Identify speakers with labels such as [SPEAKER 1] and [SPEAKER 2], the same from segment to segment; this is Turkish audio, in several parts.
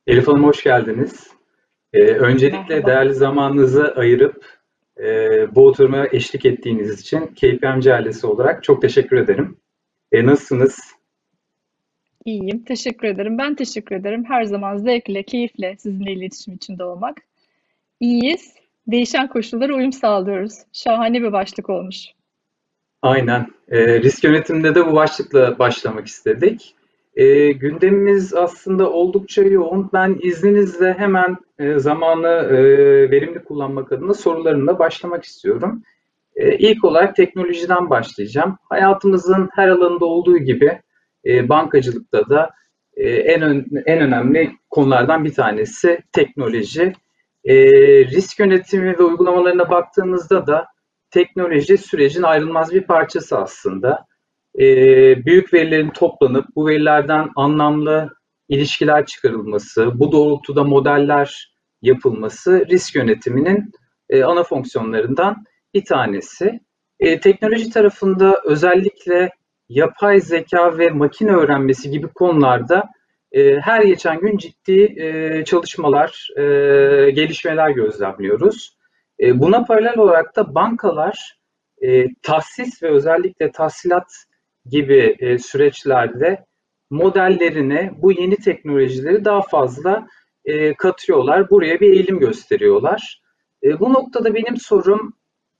[SPEAKER 1] Elif Hanım hoş geldiniz. Öncelikle
[SPEAKER 2] Merhaba.
[SPEAKER 1] değerli zamanınızı ayırıp bu oturuma eşlik ettiğiniz için KPMG ailesi olarak çok teşekkür ederim. Nasılsınız?
[SPEAKER 2] İyiyim. Teşekkür ederim. Ben teşekkür ederim. Her zaman zevkle, keyifle sizinle iletişim içinde olmak. İyiyiz. Değişen koşullara uyum sağlıyoruz. Şahane bir başlık olmuş.
[SPEAKER 1] Aynen. Risk yönetiminde de bu başlıkla başlamak istedik. Gündemimiz aslında oldukça yoğun. Ben izninizle hemen zamanı verimli kullanmak adına sorularımla başlamak istiyorum. İlk olarak teknolojiden başlayacağım. Hayatımızın her alanında olduğu gibi bankacılıkta da en önemli konulardan bir tanesi teknoloji. E, Risk yönetimi ve uygulamalarına baktığımızda da teknoloji sürecin ayrılmaz bir parçası aslında. E, Büyük verilerin toplanıp bu verilerden anlamlı ilişkiler çıkarılması, bu doğrultuda modeller yapılması risk yönetiminin ana fonksiyonlarından bir tanesi. Teknoloji tarafında özellikle yapay zeka ve makine öğrenmesi gibi konularda her geçen gün ciddi çalışmalar, gelişmeler gözlemliyoruz. Buna paralel olarak da bankalar tahsis ve özellikle tahsilat gibi süreçlerde modellerine bu yeni teknolojileri daha fazla katıyorlar. Buraya bir eğilim gösteriyorlar. Bu noktada benim sorum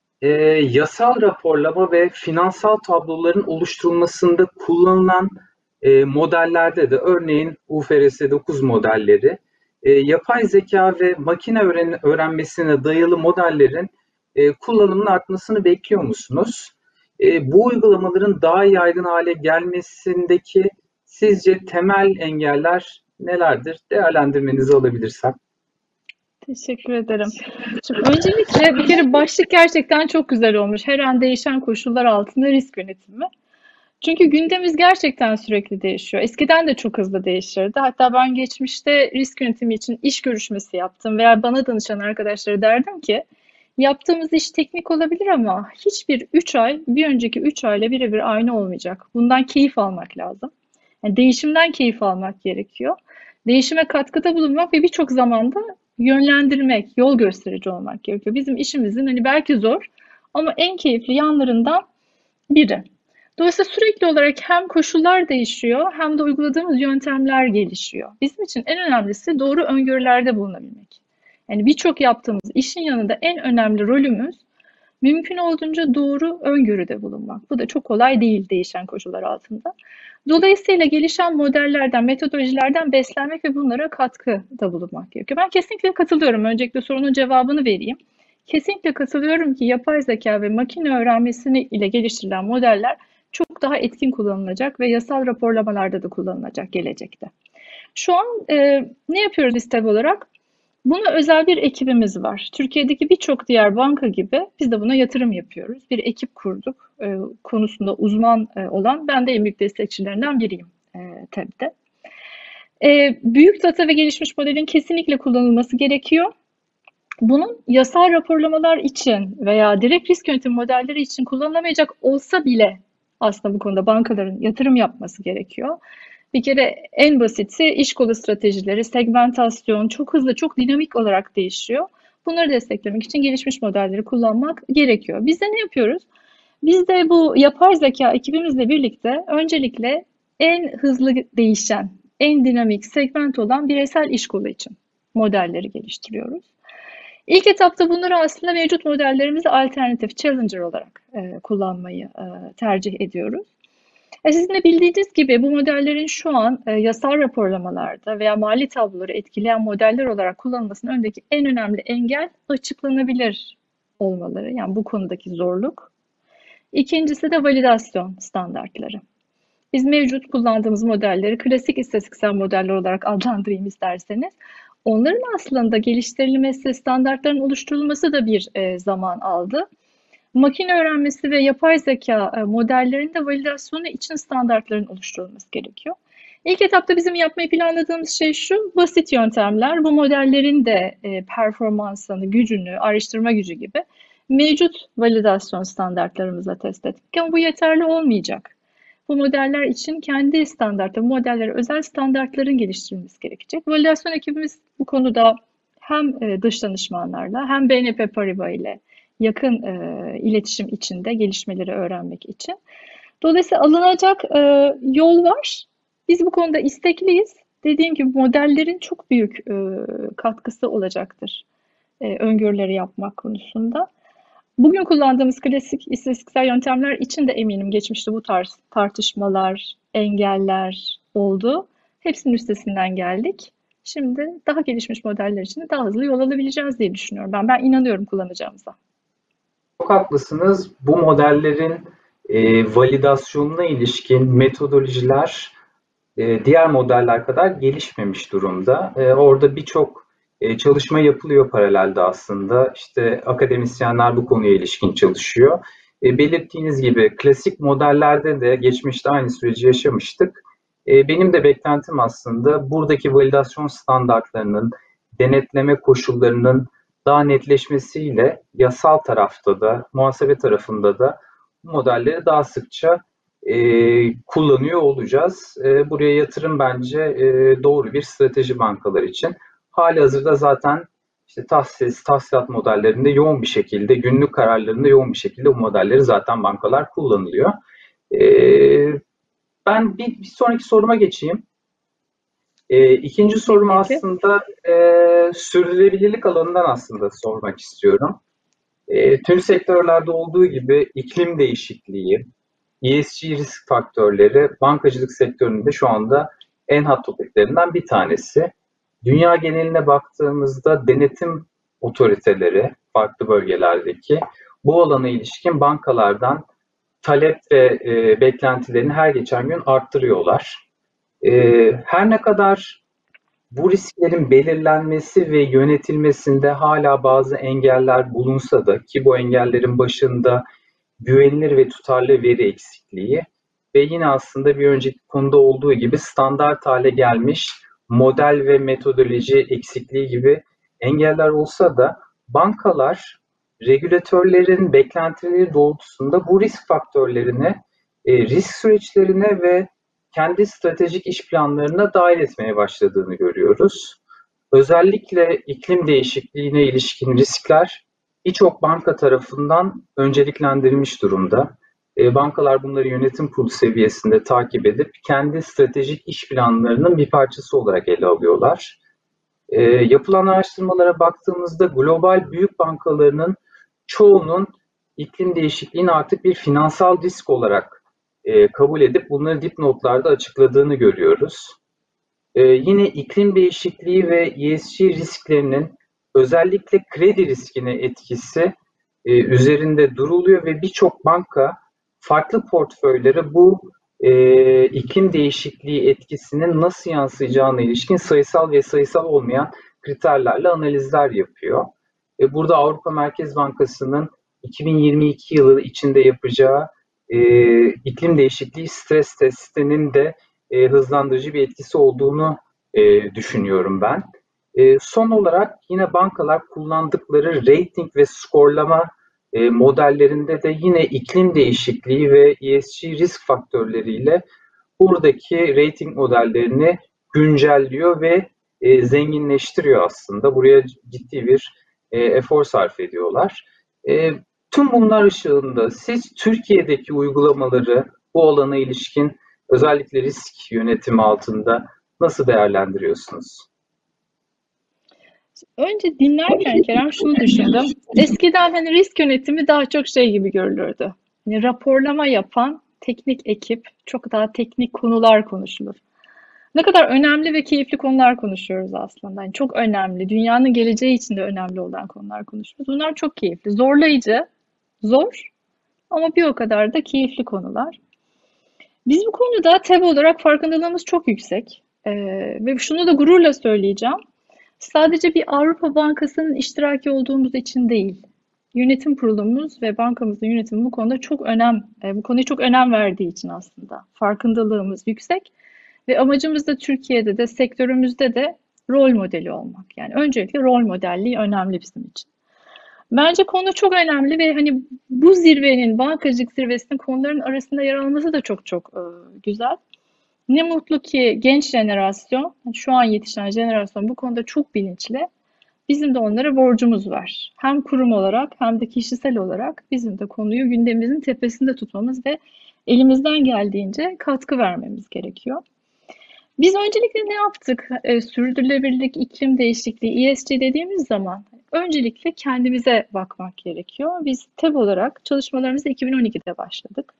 [SPEAKER 1] yasal raporlama ve finansal tabloların oluşturulmasında kullanılan modellerde de örneğin UFRS 9 modelleri, yapay zeka ve makine öğrenmesine dayalı modellerin kullanımının artmasını bekliyor musunuz? Bu uygulamaların daha yaygın hale gelmesindeki sizce temel engeller nelerdir? Değerlendirmenizi alabilirsem.
[SPEAKER 2] Teşekkür ederim. Şimdi öncelikle bir kere başlık gerçekten çok güzel olmuş. Her an değişen koşullar altında risk yönetimi. Çünkü gündemimiz gerçekten sürekli değişiyor. Eskiden de çok hızlı değişirdi. Hatta ben geçmişte risk yönetimi için iş görüşmesi yaptım veya bana danışan arkadaşlara derdim ki yaptığımız iş teknik olabilir ama hiçbir 3 ay bir önceki 3 ayla birebir aynı olmayacak. Bundan keyif almak lazım. Yani değişimden keyif almak gerekiyor. Değişime katkıda bulunmak ve birçok zamanda yönlendirmek, yol gösterici olmak gerekiyor. Bizim işimizin hani belki zor ama en keyifli yanlarından biri. Dolayısıyla sürekli olarak hem koşullar değişiyor hem de uyguladığımız yöntemler gelişiyor. Bizim için en önemlisi doğru öngörülerde bulunabilmek. Yani birçok yaptığımız işin yanında en önemli rolümüz mümkün olduğunca doğru öngörüde bulunmak. Bu da çok kolay değil değişen koşullar altında. Dolayısıyla gelişen modellerden, metodolojilerden beslenmek ve bunlara katkıda bulunmak gerekiyor. Ben kesinlikle katılıyorum. Öncelikle sorunun cevabını vereyim. Kesinlikle katılıyorum ki yapay zeka ve makine öğrenmesini ile geliştirilen modeller çok daha etkin kullanılacak ve yasal raporlamalarda da kullanılacak gelecekte. Şu an ne yapıyoruz biz TEB olarak? Buna özel bir ekibimiz var. Türkiye'deki birçok diğer banka gibi biz de buna yatırım yapıyoruz. Bir ekip kurduk. Konusunda uzman olan, ben de en büyük destekçilerinden biriyim TEB'de. Büyük data ve gelişmiş modelin kesinlikle kullanılması gerekiyor. Bunun yasal raporlamalar için veya direkt risk yönetim modelleri için kullanılamayacak olsa bile aslında bu konuda bankaların yatırım yapması gerekiyor. Bir kere en basiti iş kolu stratejileri, segmentasyon çok hızlı, çok dinamik olarak değişiyor. Bunları desteklemek için gelişmiş modelleri kullanmak gerekiyor. Biz de ne yapıyoruz? Biz de bu yapay zeka ekibimizle birlikte öncelikle en hızlı değişen, en dinamik segment olan bireysel iş kolu için modelleri geliştiriyoruz. İlk etapta bunları aslında mevcut modellerimizi alternatif, challenger olarak kullanmayı tercih ediyoruz. Sizin de bildiğiniz gibi bu modellerin şu an yasal raporlamalarda veya mali tabloları etkileyen modeller olarak kullanılmasının önündeki en önemli engel açıklanabilir olmaları. Yani bu konudaki zorluk. İkincisi de validasyon standartları. Biz mevcut kullandığımız modelleri klasik istatistiksel modeller olarak adlandırayım isterseniz. Onların aslında geliştirilmesi, standartların oluşturulması da bir zaman aldı. Makine öğrenmesi ve yapay zeka modellerinde validasyonu için standartların oluşturulması gerekiyor. İlk etapta bizim yapmayı planladığımız şey şu, basit yöntemler, bu modellerin de performansını, gücünü, araştırma gücü gibi mevcut validasyon standartlarımızla test etmek. Ama bu yeterli olmayacak. bu modeller için kendi standartı, modellere özel standartların geliştirilmesi gerekecek. Validasyon ekibimiz bu konuda hem dış danışmanlarla hem BNP Paribas ile yakın iletişim içinde gelişmeleri öğrenmek için. Dolayısıyla alınacak yol var. Biz bu konuda istekliyiz. Dediğim gibi modellerin çok büyük katkısı olacaktır öngörüleri yapmak konusunda. Bugün kullandığımız klasik istatistiksel yöntemler için de eminim geçmişte bu tarz tartışmalar, engeller oldu. Hepsinin üstesinden geldik. Şimdi daha gelişmiş modeller için de daha hızlı yol alabileceğiz diye düşünüyorum. Ben inanıyorum kullanacağımıza.
[SPEAKER 1] Çok haklısınız. Bu modellerin validasyonuna ilişkin metodolojiler diğer modeller kadar gelişmemiş durumda. Orada birçok çalışma yapılıyor paralelde aslında. İşte akademisyenler bu konuya ilişkin çalışıyor. Belirttiğiniz gibi klasik modellerde de geçmişte aynı süreci yaşamıştık. Benim de beklentim aslında buradaki validasyon standartlarının, denetleme koşullarının daha netleşmesiyle yasal tarafta da, muhasebe tarafında da bu modelleri daha sıkça kullanıyor olacağız. Buraya yatırım bence doğru bir strateji bankalar için. Halihazırda zaten işte tahsis, tahsilat modellerinde yoğun bir şekilde, günlük kararlarında yoğun bir şekilde bu modelleri zaten bankalar kullanılıyor. Ben bir sonraki soruma geçeyim. İkinci sorumu aslında sürdürülebilirlik alanından aslında sormak istiyorum. Tüm sektörlerde olduğu gibi iklim değişikliği, ESG risk faktörleri bankacılık sektöründe şu anda en hot topiklerinden bir tanesi. Dünya geneline baktığımızda denetim otoriteleri farklı bölgelerdeki bu alana ilişkin bankalardan talep ve beklentilerini her geçen gün arttırıyorlar. Her ne kadar bu risklerin belirlenmesi ve yönetilmesinde hala bazı engeller bulunsa da ki bu engellerin başında güvenilir ve tutarlı veri eksikliği ve yine aslında bir önceki konuda olduğu gibi standart hale gelmiş model ve metodoloji eksikliği gibi engeller olsa da bankalar regülatörlerin beklentileri doğrultusunda bu risk faktörlerini risk süreçlerine ve kendi stratejik iş planlarına dahil etmeye başladığını görüyoruz. Özellikle iklim değişikliğine ilişkin riskler birçok banka tarafından önceliklendirilmiş durumda. Bankalar bunları yönetim kurulu seviyesinde takip edip kendi stratejik iş planlarının bir parçası olarak ele alıyorlar. Yapılan araştırmalara baktığımızda global büyük bankalarının çoğunun iklim değişikliğini artık bir finansal risk olarak kabul edip bunları dipnotlarda açıkladığını görüyoruz. Yine iklim değişikliği ve ESG risklerinin özellikle kredi riskine etkisi üzerinde duruluyor ve birçok banka farklı portföylere bu iklim değişikliği etkisinin nasıl yansıyacağına ilişkin sayısal ve sayısal olmayan kriterlerle analizler yapıyor. Burada Avrupa Merkez Bankası'nın 2022 yılı içinde yapacağı iklim değişikliği stres testinin de hızlandırıcı bir etkisi olduğunu düşünüyorum ben. Son olarak yine bankalar kullandıkları rating ve skorlama modellerinde de yine iklim değişikliği ve ESG risk faktörleriyle buradaki rating modellerini güncelliyor ve zenginleştiriyor aslında. Buraya ciddi bir efor sarf ediyorlar. Tüm bunlar ışığında siz Türkiye'deki uygulamaları bu alana ilişkin özellikle risk yönetimi altında nasıl değerlendiriyorsunuz?
[SPEAKER 2] Önce dinlerken Kerem şunu düşündüm. Eskiden hani risk yönetimi daha çok şey gibi görülürdü. Hani raporlama yapan teknik ekip, çok daha teknik konular konuşulur. Ne kadar önemli ve keyifli konular konuşuyoruz aslında. Yani çok önemli, dünyanın geleceği için de önemli olan konular konuşuyoruz. Bunlar çok keyifli, zorlayıcı, zor ama bir o kadar da keyifli konular. Biz bu konuda TEB olarak farkındalığımız çok yüksek. Ve şunu da gururla söyleyeceğim. Sadece bir Avrupa Bankası'nın iştiraki olduğumuz için değil. Yönetim kurulumuz ve bankamızın yönetimi bu konuda bu konuya çok önem verdiği için aslında farkındalığımız yüksek ve amacımız da Türkiye'de de sektörümüzde de rol modeli olmak. Yani öncelikle rol modelliği önemli bizim için. Bence konu çok önemli ve hani bu zirvenin, bankacılık zirvesinin konuların arasında yer alması da çok çok güzel. Ne mutlu ki genç jenerasyon, şu an yetişen jenerasyon bu konuda çok bilinçli. Bizim de onlara borcumuz var. Hem kurum olarak hem de kişisel olarak bizim de konuyu gündemimizin tepesinde tutmamız ve elimizden geldiğince katkı vermemiz gerekiyor. Biz öncelikle ne yaptık? Sürdürülebilirlik, iklim değişikliği, ESG dediğimiz zaman öncelikle kendimize bakmak gerekiyor. Biz TEB olarak çalışmalarımızı 2012'de başladık.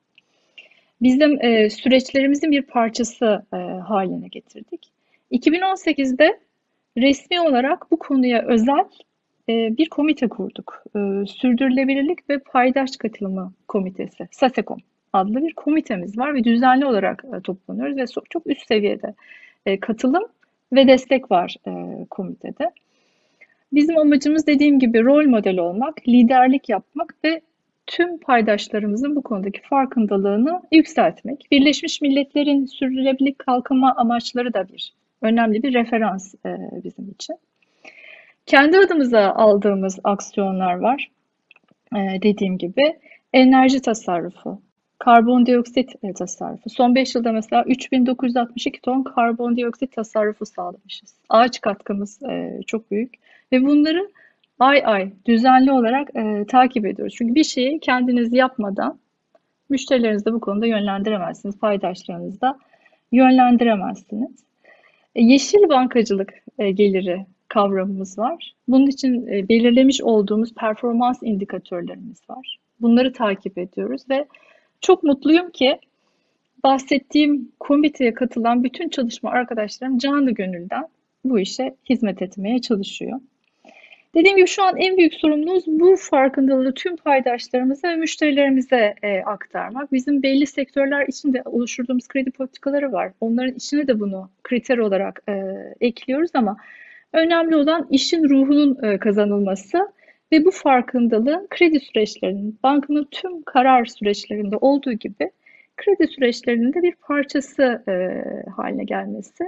[SPEAKER 2] Bizim süreçlerimizin bir parçası haline getirdik. 2018'de resmi olarak bu konuya özel bir komite kurduk. Sürdürülebilirlik ve Paydaş Katılımı Komitesi, SASEKOM adlı bir komitemiz var ve düzenli olarak toplanıyoruz ve çok üst seviyede katılım ve destek var komitede. Bizim amacımız dediğim gibi rol model olmak, liderlik yapmak ve tüm paydaşlarımızın bu konudaki farkındalığını yükseltmek. Birleşmiş Milletler'in sürdürülebilirlik kalkınma amaçları da önemli bir referans bizim için. Kendi adımıza aldığımız aksiyonlar var. Dediğim gibi enerji tasarrufu, karbondioksit tasarrufu. Son 5 yılda mesela 3962 ton karbondioksit tasarrufu sağlamışız. Ağaç katkımız çok büyük ve bunları ay ay düzenli olarak takip ediyoruz. Çünkü bir şeyi kendiniz yapmadan müşterilerinizi de bu konuda yönlendiremezsiniz, paydaşlarınızı da yönlendiremezsiniz. Yeşil bankacılık geliri kavramımız var. Bunun için belirlemiş olduğumuz performans indikatörlerimiz var. Bunları takip ediyoruz ve çok mutluyum ki bahsettiğim komiteye katılan bütün çalışma arkadaşlarım canı gönülden bu işe hizmet etmeye çalışıyor. Dediğim gibi şu an en büyük sorumluluğumuz bu farkındalığı tüm paydaşlarımıza ve müşterilerimize aktarmak. Bizim belli sektörler için de oluşturduğumuz kredi politikaları var. Onların içine de bunu kriter olarak ekliyoruz ama önemli olan işin ruhunun kazanılması ve bu farkındalığın kredi süreçlerinin, bankanın tüm karar süreçlerinde olduğu gibi kredi süreçlerinin de bir parçası haline gelmesi.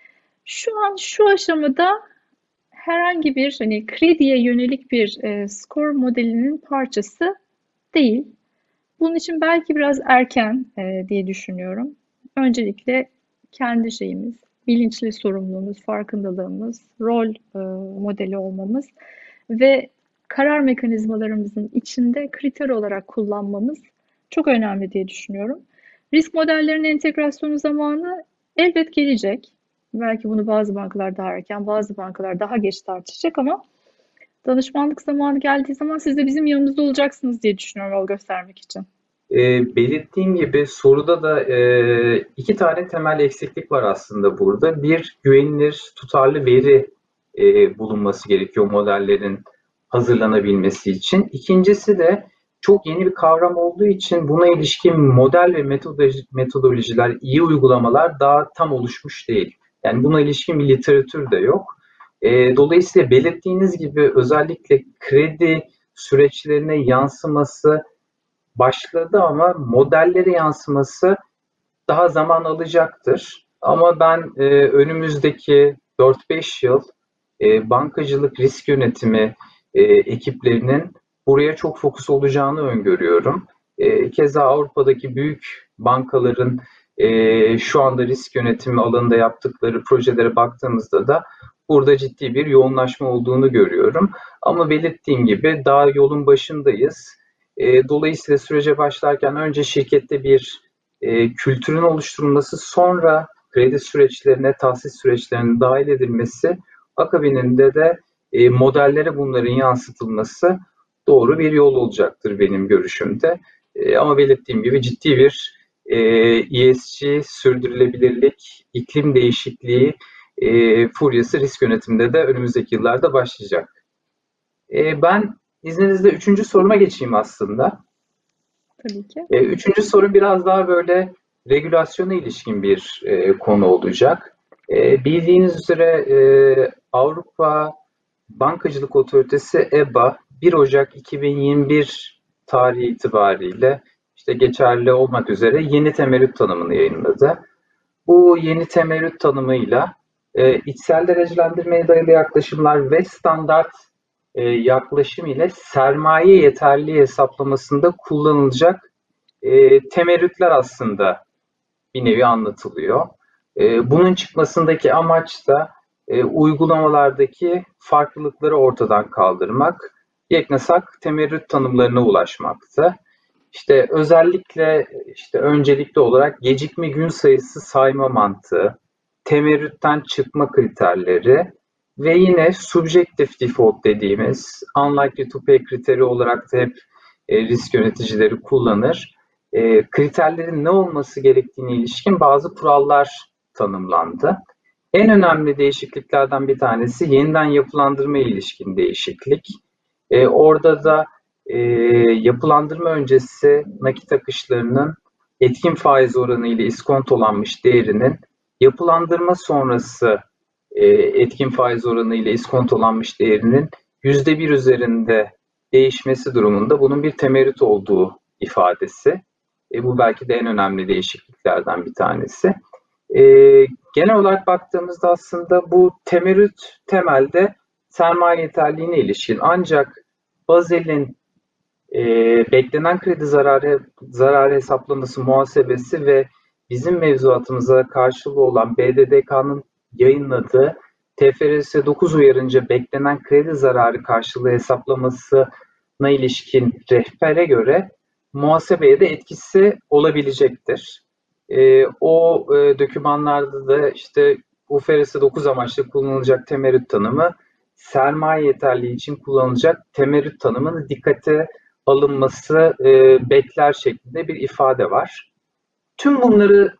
[SPEAKER 2] Şu an şu aşamada herhangi bir hani krediye yönelik bir skor modelinin parçası değil. Bunun için belki biraz erken diye düşünüyorum. Öncelikle kendi şeyimiz, bilinçli sorumluluğumuz, farkındalığımız, rol modeli olmamız ve karar mekanizmalarımızın içinde kriter olarak kullanmamız çok önemli diye düşünüyorum. Risk modellerinin entegrasyonu zamanı elbet gelecek. Belki bunu bazı bankalar daha erken, bazı bankalar daha geç tartışacak ama danışmanlık zamanı geldiği zaman siz de bizim yanımızda olacaksınız diye düşünüyorum yol göstermek için.
[SPEAKER 1] Belirttiğim gibi soruda da iki tane temel eksiklik var aslında burada. Bir, güvenilir, tutarlı veri bulunması gerekiyor modellerin hazırlanabilmesi için. İkincisi de çok yeni bir kavram olduğu için buna ilişkin model ve metodolojiler, iyi uygulamalar daha tam oluşmuş değil. Yani buna ilişkin bir literatür de yok. Dolayısıyla belirttiğiniz gibi özellikle kredi süreçlerine yansıması başladı ama modellere yansıması daha zaman alacaktır. Ama ben önümüzdeki 4-5 yıl bankacılık risk yönetimi ekiplerinin buraya çok fokus olacağını öngörüyorum. Keza Avrupa'daki büyük bankaların şu anda risk yönetimi alanında yaptıkları projelere baktığımızda da burada ciddi bir yoğunlaşma olduğunu görüyorum. Ama belirttiğim gibi daha yolun başındayız. Dolayısıyla sürece başlarken önce şirkette bir kültürün oluşturulması, sonra kredi süreçlerine, tahsis süreçlerine dahil edilmesi, akabininde de modellere bunların yansıtılması doğru bir yol olacaktır benim görüşümde. Ama belirttiğim gibi ciddi bir ESG, sürdürülebilirlik, iklim değişikliği furyası risk yönetiminde de önümüzdeki yıllarda başlayacak. Ben izninizle üçüncü soruma geçeyim aslında.
[SPEAKER 2] Tabii ki.
[SPEAKER 1] Üçüncü soru biraz daha böyle regülasyona ilişkin bir konu olacak. Bildiğiniz üzere Avrupa Bankacılık Otoritesi EBA 1 Ocak 2021 tarihi itibariyle işte geçerli olmak üzere yeni temerrüt tanımını yayınladı. Bu yeni temerrüt tanımıyla içsel derecelendirmeye dayalı yaklaşımlar ve standart yaklaşım ile sermaye yeterliliği hesaplamasında kullanılacak temerrütler aslında bir nevi anlatılıyor. Bunun çıkmasındaki amaç da uygulamalardaki farklılıkları ortadan kaldırmak, yeknesak temerrüt tanımlarına ulaşmaktı. İşte özellikle öncelikli olarak gecikme gün sayısı sayma mantığı, temerrütten çıkma kriterleri ve yine subjective default dediğimiz unlikely to pay kriteri olarak da hep risk yöneticileri kullanır. Kriterlerin ne olması gerektiğine ilişkin bazı kurallar tanımlandı. En önemli değişikliklerden bir tanesi yeniden yapılandırma ilişkin değişiklik. Orada da yapılandırma öncesi nakit akışlarının etkin faiz oranı ile iskontolanmış değerinin yapılandırma sonrası etkin faiz oranı ile iskontolanmış değerinin %1 üzerinde değişmesi durumunda bunun bir temerrüt olduğu ifadesi. Bu belki de en önemli değişikliklerden bir tanesi. Genel olarak baktığımızda aslında bu temerrüt temelde sermaye yeterliliğine ilişkin, ancak Bazel'in beklenen kredi zararı hesaplaması muhasebesi ve bizim mevzuatımıza karşılığı olan BDDK'nın yayınladığı TFRS 9 uyarınca beklenen kredi zararı karşılığı hesaplamasına ilişkin rehbere göre muhasebeye de etkisi olabilecektir. O dokümanlarda da işte UFRS 9 amaçlı kullanılacak temerrüt tanımı, sermaye yeterliği için kullanılacak temerrüt tanımının dikkate alınması bekler şeklinde bir ifade var. Tüm bunları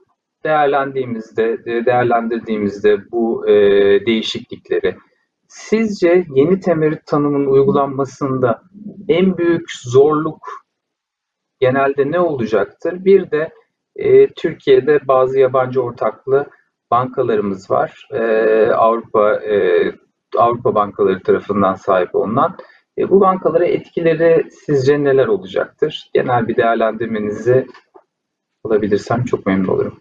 [SPEAKER 1] değerlendirdiğimizde bu değişiklikleri, sizce yeni temerrüt tanımının uygulanmasında en büyük zorluk genelde ne olacaktır? Bir de Türkiye'de bazı yabancı ortaklı bankalarımız var. Avrupa bankaları tarafından sahip olunan. Bu bankalara etkileri sizce neler olacaktır? Genel bir değerlendirmenizi alabilirsem çok memnun olurum.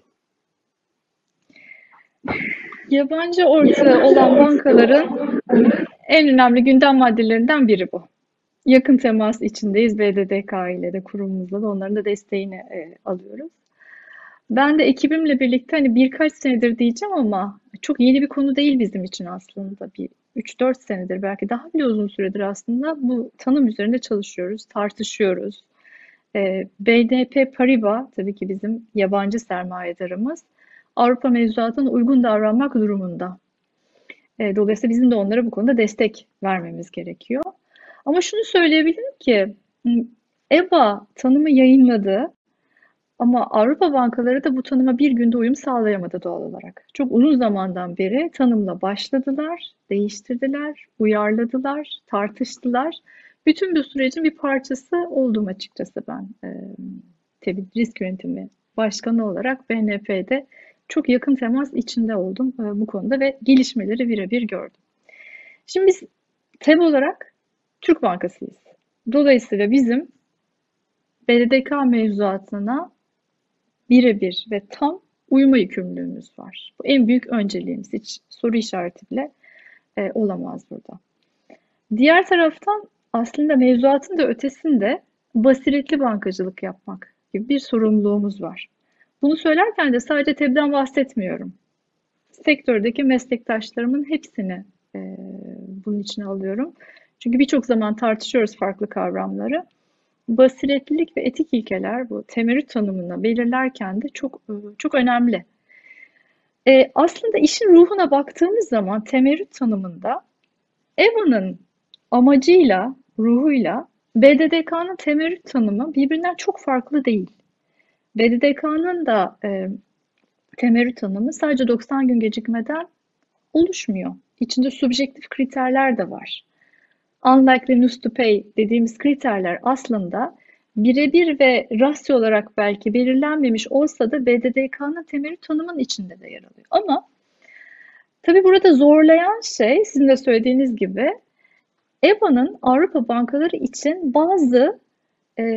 [SPEAKER 2] Yabancı ortağı olan bankaların en önemli gündem maddelerinden biri bu. Yakın temas içindeyiz. BDDK ile de kurumumuzla da onların da desteğini alıyoruz. Ben de ekibimle birlikte hani birkaç senedir diyeceğim ama çok yeni bir konu değil bizim için aslında. Bir 3-4 senedir, belki daha bile uzun süredir aslında bu tanım üzerinde çalışıyoruz, tartışıyoruz. BNP Paribas tabii ki bizim yabancı sermayedarımız Avrupa mevzuatına uygun davranmak durumunda. Dolayısıyla bizim de onlara bu konuda destek vermemiz gerekiyor. Ama şunu söyleyebilirim ki EBA tanımı yayınladı ama Avrupa bankaları da bu tanıma bir günde uyum sağlayamadı doğal olarak. Çok uzun zamandan beri tanımla başladılar, değiştirdiler, uyarladılar, tartıştılar. Bütün bu sürecin bir parçası oldum açıkçası ben. Tabii risk yönetimi başkanı olarak BNP'de çok yakın temas içinde oldum bu konuda ve gelişmeleri birebir gördüm. Şimdi biz TEB olarak Türk Bankası'yız. Dolayısıyla bizim BDDK mevzuatına birebir ve tam uyma yükümlülüğümüz var. Bu en büyük önceliğimiz. Hiç soru işareti bile olamaz burada. Diğer taraftan aslında mevzuatın da ötesinde basiretli bankacılık yapmak gibi bir sorumluluğumuz var. Bunu söylerken de sadece TEB'den bahsetmiyorum. Sektördeki meslektaşlarımın hepsini bunun içine alıyorum. Çünkü birçok zaman tartışıyoruz farklı kavramları. Basiretlilik ve etik ilkeler bu temerrüt tanımını belirlerken de çok önemli. Aslında işin ruhuna baktığımız zaman temerrüt tanımında EBA'nın amacıyla, ruhuyla BDDK'nın temerrüt tanımı birbirinden çok farklı değil. BDDK'nın da temerrüt tanımı sadece 90 gün gecikmeden oluşmuyor. İçinde subjektif kriterler de var. Unlikeliness to pay dediğimiz kriterler aslında birebir ve rasyo olarak belki belirlenmemiş olsa da BDDK'nın temerrüt tanımının içinde de yer alıyor. Ama tabii burada zorlayan şey sizin de söylediğiniz gibi EBA'nın Avrupa bankaları için bazı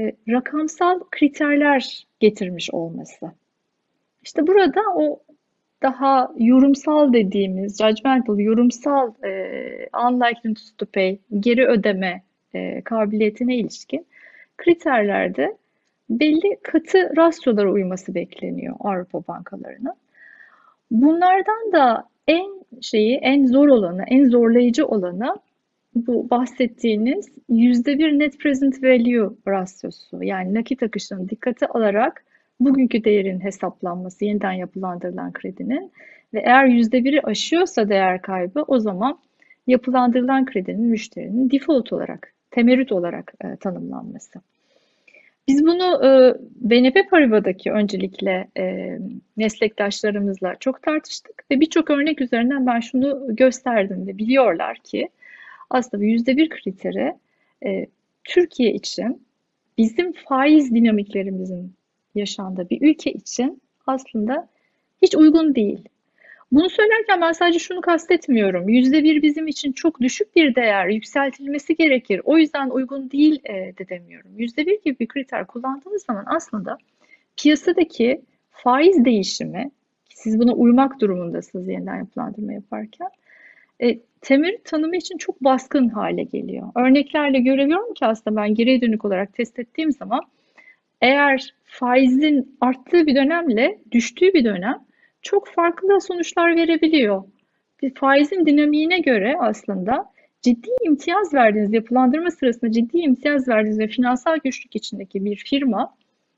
[SPEAKER 2] rakamsal kriterler getirmiş olması. İşte burada o daha yorumsal dediğimiz, judgmental, yorumsal, unlikely to pay, geri ödeme kabiliyetine ilişkin kriterlerde belli katı rasyolara uyması bekleniyor Avrupa bankalarının. Bunlardan da en zor olanı, en zorlayıcı olanı bu bahsettiğiniz %1 net present value rasyosu. Yani nakit akışını dikkate alarak bugünkü değerin hesaplanması, yeniden yapılandırılan kredinin ve eğer %1'i aşıyorsa değer kaybı, o zaman yapılandırılan kredinin müşterinin default olarak, temerrüt olarak tanımlanması. Biz bunu BNP Paribas'daki öncelikle meslektaşlarımızla çok tartıştık ve birçok örnek üzerinden ben şunu gösterdim ve biliyorlar ki aslında %1 kriteri Türkiye için bizim faiz dinamiklerimizin yaşandığı bir ülke için aslında hiç uygun değil. Bunu söylerken ben sadece şunu kastetmiyorum. %1 bizim için çok düşük bir değer, yükseltilmesi gerekir. O yüzden uygun değil de demiyorum. %1 gibi bir kriter kullandığınız zaman aslında piyasadaki faiz değişimi, siz buna uymak durumundasınız yeniden yapılandırma yaparken, temerrüt tanımı için çok baskın hale geliyor. Örneklerle görebiliyorum ki aslında ben geriye dönük olarak test ettiğim zaman eğer faizin arttığı bir dönemle düştüğü bir dönem çok farklı sonuçlar verebiliyor. Bir faizin dinamiğine göre aslında ciddi imtiyaz verdiğiniz, yapılandırma sırasında ciddi imtiyaz verdiğiniz ve finansal güçlük içindeki bir firma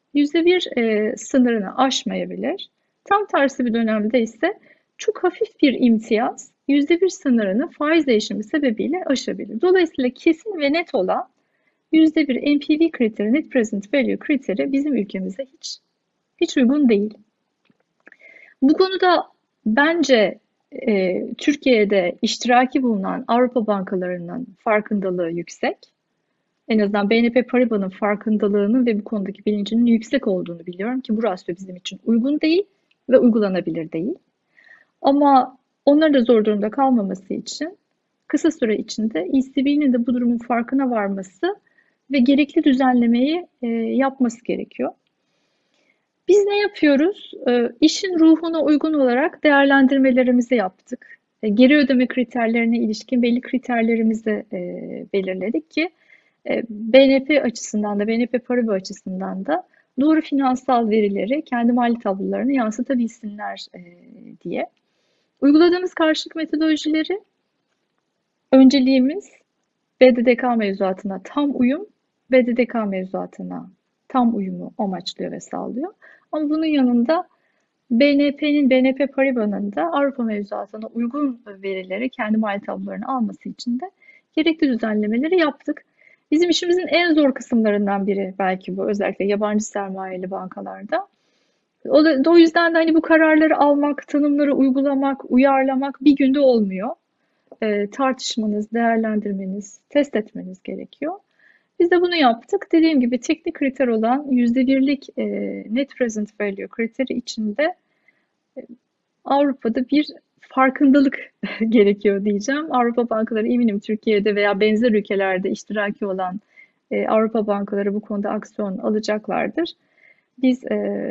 [SPEAKER 2] %1 sınırını aşmayabilir. Tam tersi bir dönemde ise çok hafif bir imtiyaz %1 sınırını faiz değişimi sebebiyle aşabilir. Dolayısıyla kesin ve net olan %1 NPV kriteri, Net Present Value kriteri bizim ülkemize hiç uygun değil. Bu konuda bence Türkiye'de iştiraki bulunan Avrupa bankalarının farkındalığı yüksek. En azından BNP Paribas'ın farkındalığının ve bu konudaki bilincinin yüksek olduğunu biliyorum ki bu rasyo bizim için uygun değil ve uygulanabilir değil. Ama onların da zor durumda kalmaması için kısa süre içinde ECB'nin de bu durumun farkına varması ve gerekli düzenlemeyi yapması gerekiyor. Biz ne yapıyoruz? İşin ruhuna uygun olarak değerlendirmelerimizi yaptık. Geri ödeme kriterlerine ilişkin belli kriterlerimizi belirledik ki BNP açısından da BNP Paribas açısından da doğru finansal verileri kendi mali tablolarına yansıtabilsinler diye. Uyguladığımız karşılık metodolojileri önceliğimiz BDDK mevzuatına tam uyum, BDDK mevzuatına tam uyumu amaçlıyor ve sağlıyor. Ama bunun yanında BNP Paribas'ın da Avrupa mevzuatına uygun verileri kendi mali tablolarına alması için de gerekli düzenlemeleri yaptık. Bizim işimizin en zor kısımlarından biri belki bu, özellikle yabancı sermayeli bankalarda. O yüzden de hani bu kararları almak, tanımları uygulamak, uyarlamak bir günde olmuyor. Tartışmanız, değerlendirmeniz, test etmeniz gerekiyor. Biz de bunu yaptık. Dediğim gibi teknik kriter olan %1'lik Net Present Value kriteri içinde Avrupa'da bir farkındalık gerekiyor diyeceğim. Avrupa bankaları eminim Türkiye'de veya benzer ülkelerde iştiraki olan Avrupa bankaları bu konuda aksiyon alacaklardır. Biz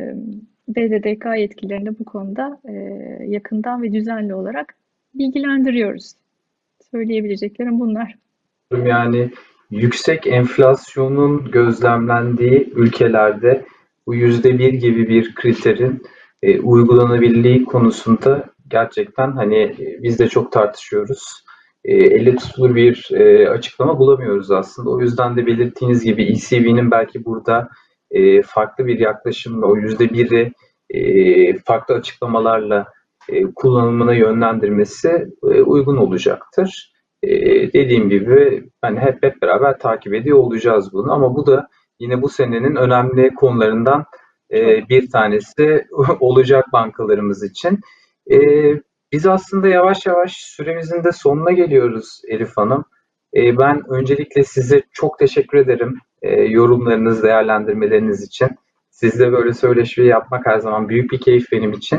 [SPEAKER 2] BDDK yetkililerini bu konuda yakından ve düzenli olarak bilgilendiriyoruz. Söyleyebileceklerim bunlar.
[SPEAKER 1] Yani yüksek enflasyonun gözlemlendiği ülkelerde bu %1 gibi bir kriterin uygulanabilirliği konusunda gerçekten hani biz de çok tartışıyoruz. Elle tutulur bir açıklama bulamıyoruz aslında. O yüzden de belirttiğiniz gibi ECB'nin belki burada farklı bir yaklaşımla o %1'i farklı açıklamalarla kullanımına yönlendirmesi uygun olacaktır. Dediğim gibi hani hep beraber takip ediyor olacağız bunu, ama bu da yine bu senenin önemli konularından bir tanesi olacak bankalarımız için. Biz aslında yavaş yavaş süremizin de sonuna geliyoruz Elif Hanım. Ben öncelikle size çok teşekkür ederim yorumlarınız, değerlendirmeleriniz için. Sizle böyle söyleşi yapmak her zaman büyük bir keyif benim için.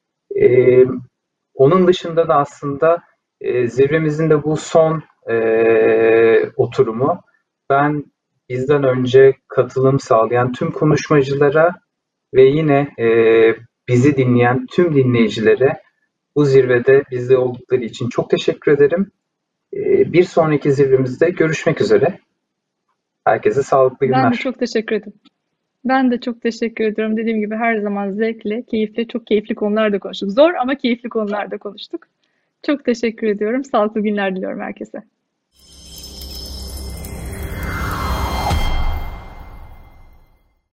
[SPEAKER 1] Onun dışında da aslında zirvemizin de bu son oturumu ben bizden önce katılım sağlayan tüm konuşmacılara ve yine bizi dinleyen tüm dinleyicilere bu zirvede bizde oldukları için çok teşekkür ederim. Bir sonraki zirvemizde görüşmek üzere. Herkese sağlıklı
[SPEAKER 2] Ben de
[SPEAKER 1] günler.
[SPEAKER 2] çok teşekkür ederim. Ben de çok teşekkür ediyorum. Dediğim gibi her zaman zevkle, keyifle, çok keyifli konular da konuştuk. Zor ama keyifli konular da konuştuk. Çok teşekkür ediyorum. Sağlıklı günler diliyorum herkese.